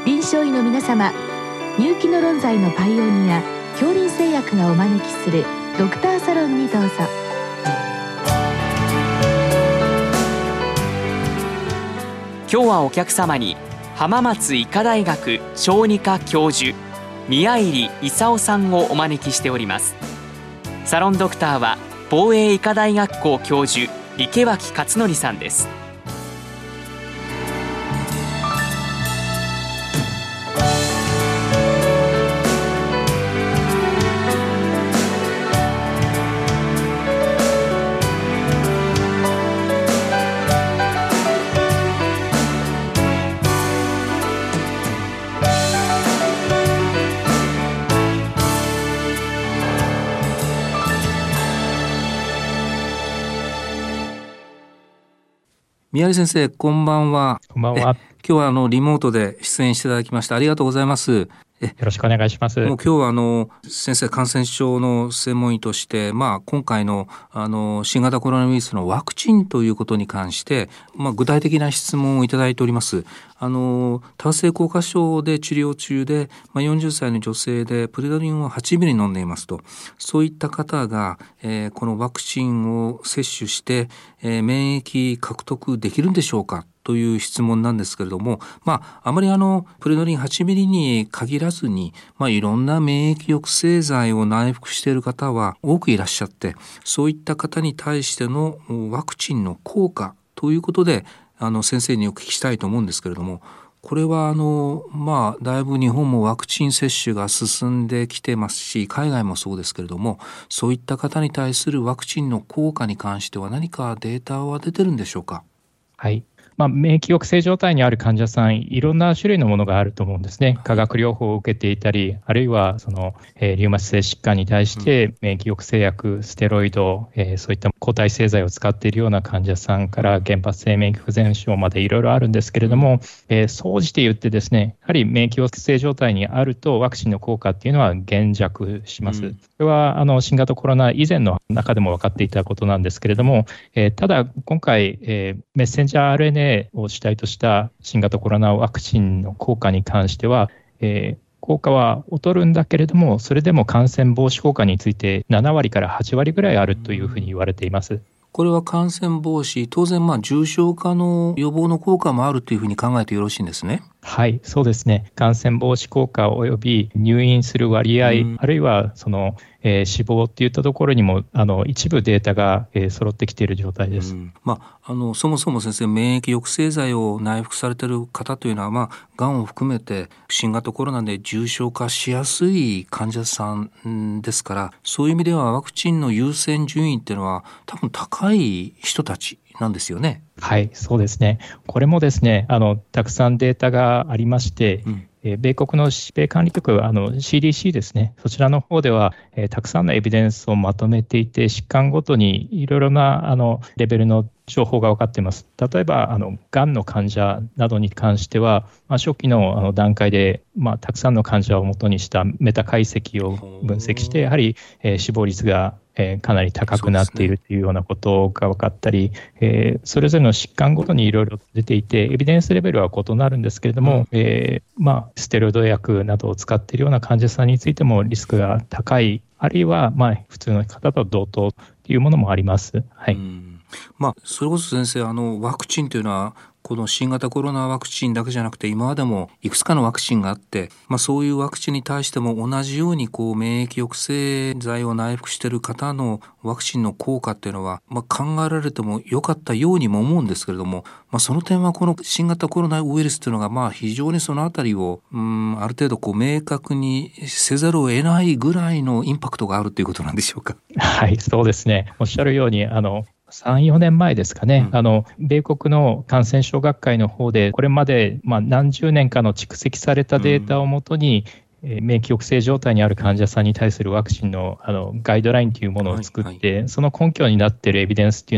臨床医の皆様、入気の論剤のパイオニア恐林製薬がお招きするドクターサロンにどうぞ。 今日はお客様に浜松医科大学小児科教授宮入勲さんをお招きしております。サロンドクターは防衛医科大学校教授池脇勝則さんです。 宮入先生、こんばんは。 こんばんは。 今日はリモートで出演していただきましてありがとうございます。 よろしくお願いします。 もう今日は先生、感染症の専門医として、今回の新型コロナウイルスのワクチンということに関して、具体的な質問をいただいております。多発性硬化症で治療中で、40歳の女性でプレドリンを8ミリ飲んでいますと、そういった方が、このワクチンを接種して、免疫獲得できるんでしょうかという質問なんですけれども、あまりプレドリン8ミリに限らずに、いろんな免疫抑制剤を内服している方は多くいらっしゃって、そういった方に対してのワクチンの効果ということで先生にお聞きしたいと思うんですけれども、これはだいぶ日本もワクチン接種が進んできてますし、海外もそうですけれども、そういった方に対するワクチンの効果に関しては何かデータは出てるんでしょうか？ はい。免疫抑制状態にある患者さん、いろんな種類のものがあると思うんですね。化学療法を受けていたり、あるいはリウマチ性疾患に対して免疫抑制薬、ステロイド、そういった抗体製剤を使っているような患者さんから原発性免疫不全症までいろいろあるんですけれども、総じて言ってですね、やはり免疫抑制状態にあるとワクチンの効果っていうのは減弱します。これは新型コロナ以前の中でも分かっていたことなんですけれども、ただ今回、メッセンジャー RNAを主体とした新型コロナワクチンの効果に関しては、効果は劣るんだけれども、それでも感染防止効果について7割から8割ぐらいあるというふうに言われています。 これは感染防止、当然重症化の予防の効果もあるというふうに考えてよろしいんですね。 はい、そうですね。感染防止効果および入院する割合、あるいは死亡っていったところにも一部データが揃ってきている状態です。 そもそも先生、免疫抑制剤を内服されている方というのは、がんを含めて新型コロナで重症化しやすい患者さんですから、そういう意味ではワクチンの優先順位っていうのは多分高い人たちなんですよね。 はい、そうですね。これもですね、たくさんデータがありまして、米国の疾病管理局、CDC ですね、そちらの方では、たくさんのエビデンスをまとめていて、疾患ごとにいろいろなレベルの情報が分かっています。例えばがんの患者などに関しては、初期の段階で、たくさんの患者をもとにしたメタ解析を分析して、やはり、死亡率がかなり高くなっているというようなことが分かったり、それぞれの疾患ごとにいろいろ出ていて、エビデンスレベルは異なるんですけれども、ステロイド薬などを使っているような患者さんについてもリスクが高い、あるいは普通の方と同等というものもあります。はい。 それこそ先生、ワクチンというのはこの新型コロナワクチンだけじゃなくて、今までもいくつかのワクチンがあって、そういうワクチンに対しても同じように免疫抑制剤を内服している方のワクチンの効果っていうのは、考えられても良かったようにも思うんですけれども、その点はこの新型コロナウイルスというのが非常にそのあたりをある程度明確にせざるを得ないぐらいのインパクトがあるということなんでしょうか。 はい、そうですね。おっしゃるように3、4年前ですかね、米国の感染症学会の方で、これまで何十年かの蓄積されたデータをもとに、免疫抑制状態にある患者さんに対するワクチンのガイドラインというものを作って、その根拠になっているエビデンスというのは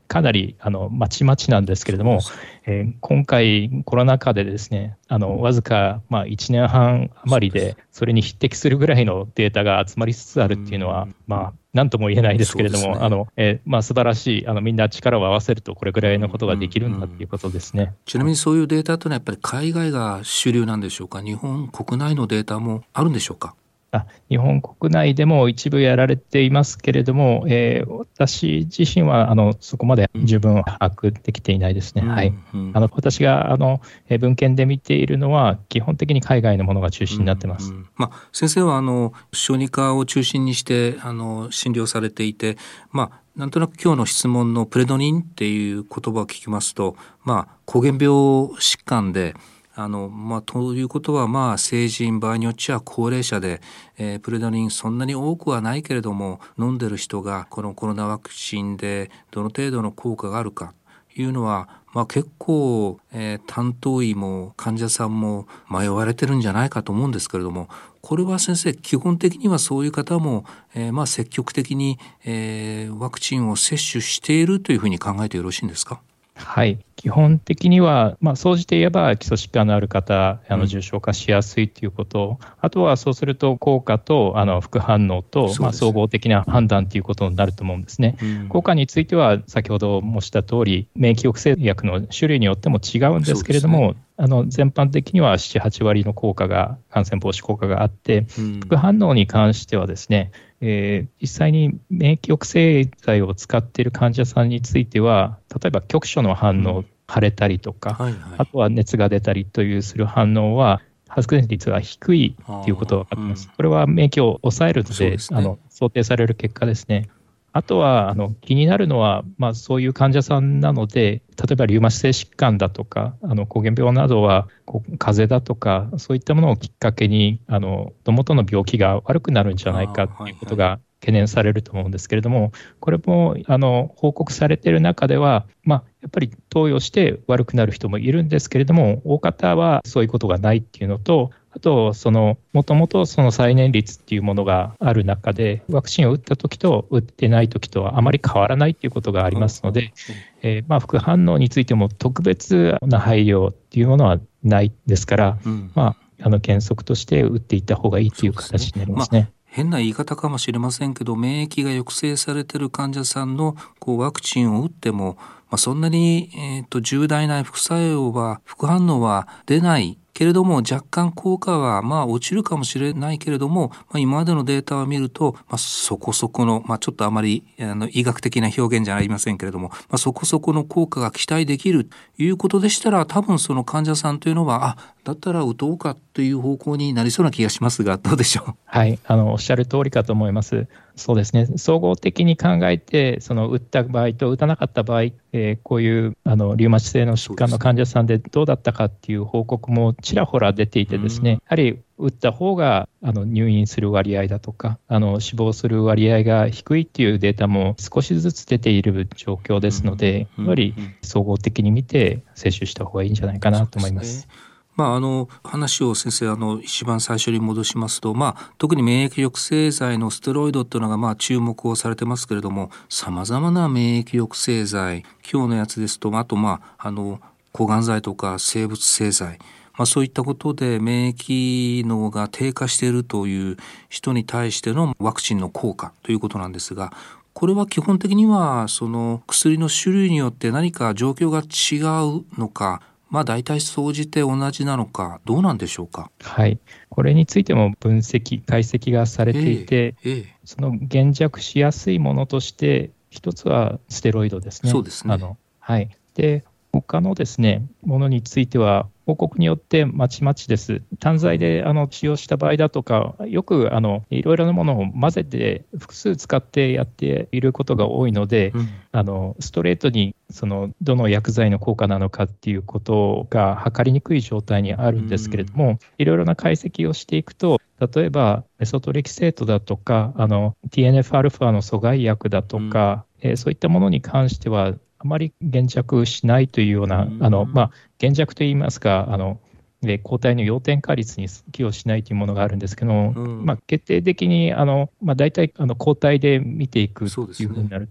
かなりまちまちなんですけれども、今回コロナ禍でですね、わずか1年半余りでそれに匹敵するぐらいのデータが集まりつつあるっていうのは、何とも言えないですけれども、素晴らしい、みんな力を合わせるとこれぐらいのことができるんだということですね。 ちなみにそういうデータというのはやっぱり海外が主流なんでしょうか？日本国内のデータもあるんでしょうか？ 日本国内でも一部やられていますけれども、私自身はそこまで十分把握できていないですね。私が文献で見ているのは基本的に海外のものが中心になっています。 先生は小児科を中心にして診療されていて、なんとなく今日の質問のプレドニンっていう言葉を聞きますと、膠原病疾患でということは成人、場合によっちゃ高齢者で、プレドニンそんなに多くはないけれども飲んでる人がこのコロナワクチンでどの程度の効果があるかというのは、結構、担当医も患者さんも迷われてるんじゃないかと思うんですけれども、これは先生基本的にはそういう方も、積極的に、ワクチンを接種しているというふうに考えてよろしいんですか？ はい、基本的には、総じて言えば基礎疾患のある方、重症化しやすいということ、あとはそうすると効果と副反応と、総合的な判断ということになると思うんですね。効果については先ほど申した通り、免疫抑制薬の種類によっても違うんですけれども、全般的には7、8割の効果が、感染防止効果があって、副反応に関してはですね、実際に免疫抑制剤を使っている患者さんについては、例えば局所の反応、腫れたりとか、あとは熱が出たりというする反応は発生率が低いということが分かっています。これは免疫を抑えるので、想定される結果ですね。あとは気になるのは、そういう患者さんなので、例えばリウマチ性疾患だとか膠原病などは風邪だとかそういったものをきっかけに元の病気が悪くなるんじゃないかということが懸念されると思うんですけれども、これも報告されている中では、やっぱり投与して悪くなる人もいるんですけれども、大方はそういうことがないっていうのと、あともともとその再燃率っていうものがある中で、ワクチンを打った時と打ってない時とはあまり変わらないっていうことがありますので、副反応についても特別な配慮っていうものはないですから、原則として打っていった方がいいという形になりますね。 変な言い方かもしれませんけど、免疫が抑制されている患者さんのワクチンを打っても、そんなに、重大な副作用は副反応は出ないけれども、若干効果は落ちるかもしれないけれども、今までのデータを見ると、そこそこの、ちょっとあまり医学的な表現じゃありませんけれども、そこそこの効果が期待できるということでしたら、多分その患者さんというのはだったら打とうかという方向になりそうな気がしますが、どうでしょう？ はい、おっしゃる通りかと思います。そうですね、総合的に考えて打った場合と打たなかった場合、こういうリウマチ性の疾患の患者さんでどうだったかっていう報告もちらほら出ていてですね、やはり打った方が入院する割合だとか死亡する割合が低いっていうデータも少しずつ出ている状況ですので、やはり総合的に見て接種した方がいいんじゃないかなと思います。 話を先生一番最初に戻しますと、特に免疫抑制剤のステロイドというのが注目をされてますけれども、さまざまな免疫抑制剤、今日のやつですと、あと抗がん剤とか生物製剤、そういったことで免疫能が低下しているという人に対してのワクチンの効果ということなんですが、これは基本的にはその薬の種類によって何か状況が違うのか、大体総じて同じなのか、どうなんでしょうか？ はい、これについても分析解析がされていて、その減弱しやすいものとして一つはステロイドですね。 そうですね。 で他のですねものについては報告によってまちまちです。単剤で使用した場合だとか、よくいろいろなものを混ぜて複数使ってやっていることが多いので、ストレートにどの薬剤の効果なのかっていうことが測りにくい状態にあるんですけれども、いろいろな解析をしていくと、例えばメソトレキセートだとかTNF-α の阻害薬だとか、そういったものに関してはあまり減弱しないというような減弱といいますか抗体の陽転化率に寄与しないというものがあるんですけども、決定的に大体抗体で見ていくというふうになると、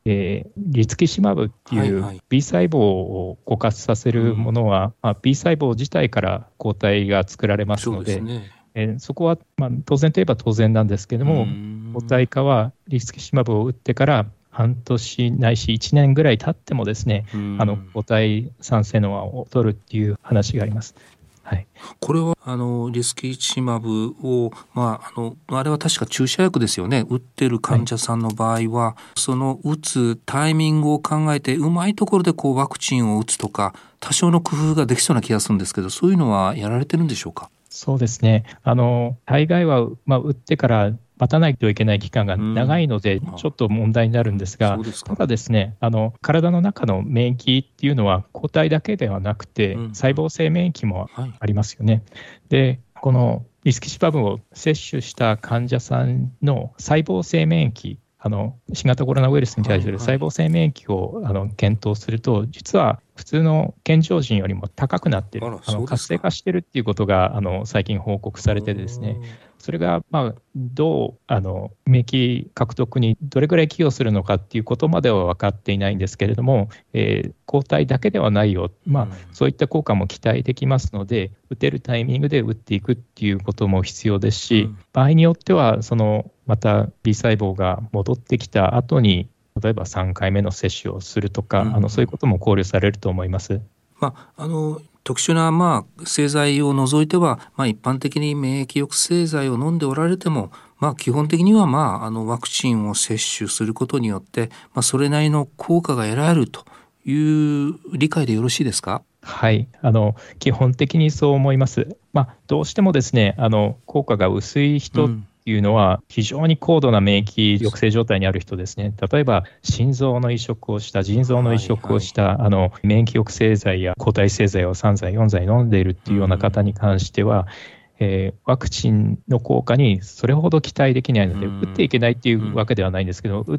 リツキシマブっていう B 細胞を枯渇させるものは、B 細胞自体から抗体が作られますので、そこは、当然といえば当然なんですけれども、抗体化はリツキシマブを打ってから半年ないし1年ぐらい経ってもですね、抗体産性能は劣るっていう話があります。はい、 これはリスキシマブを、あれは確か注射薬ですよね。打ってる患者さんの場合は、その打つタイミングを考えてうまいところでワクチンを打つとか多少の工夫ができそうな気がするんですけど、そういうのはやられてるんでしょうか？ そうですね。大概は、打ってから待たないといけない期間が長いので、ちょっと問題になるんですが、ただですね、体の中の免疫っていうのは抗体だけではなくて、細胞性免疫もありますよね。で、このリスキシマブを接種した患者さんの細胞性免疫、新型コロナウイルスに対する細胞性免疫を検討すると、実は普通の健常人よりも高くなっている、活性化しているっていうことが最近報告されてですね、それがどう免疫獲得にどれぐらい寄与するのかっていうことまでは分かっていないんですけれども、抗体だけではないよ、そういった効果も期待できますので、打てるタイミングで打っていくっていうことも必要ですし、場合によってはまた B 細胞が戻ってきた後に例えば3回目の接種をするとか、そういうことも考慮されると思います。 特殊な製剤を除いては、一般的に免疫抑制剤を飲んでおられても、基本的にはワクチンを接種することによって、それなりの効果が得られるという理解でよろしいですか？ はい、基本的にそう思います。どうしてもですね、効果が薄い人っていうのは非常に高度な免疫抑制状態にある人ですね。例えば心臓の移植をした腎臓の移植をした、免疫抑制剤や抗体製剤を3剤4剤飲んでいるっていうような方に関しては、ワクチンの効果にそれほど期待できないので、打っていけないっていうわけではないんですけど、打って、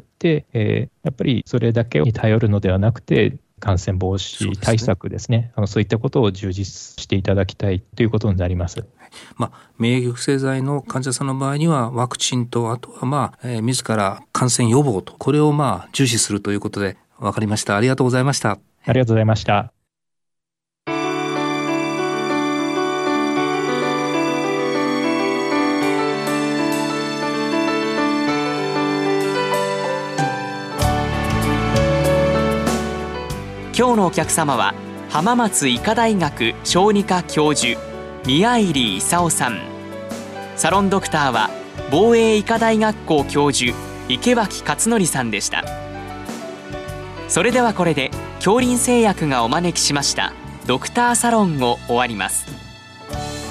やっぱりそれだけに頼るのではなくて、感染防止対策ですね、そういったことを充実していただきたいということになります。 免疫抑制剤の患者さんの場合にはワクチンと、あとは自ら感染予防と、これを重視するということで分かりました。ありがとうございました。 ありがとうございました。 今日のお客様は浜松医科大学小児科教授宮入勲さん。サロンドクターは防衛医科大学校教授池脇勝則さんでした。それではこれで杏林製薬がお招きしましたドクターサロンを終わります。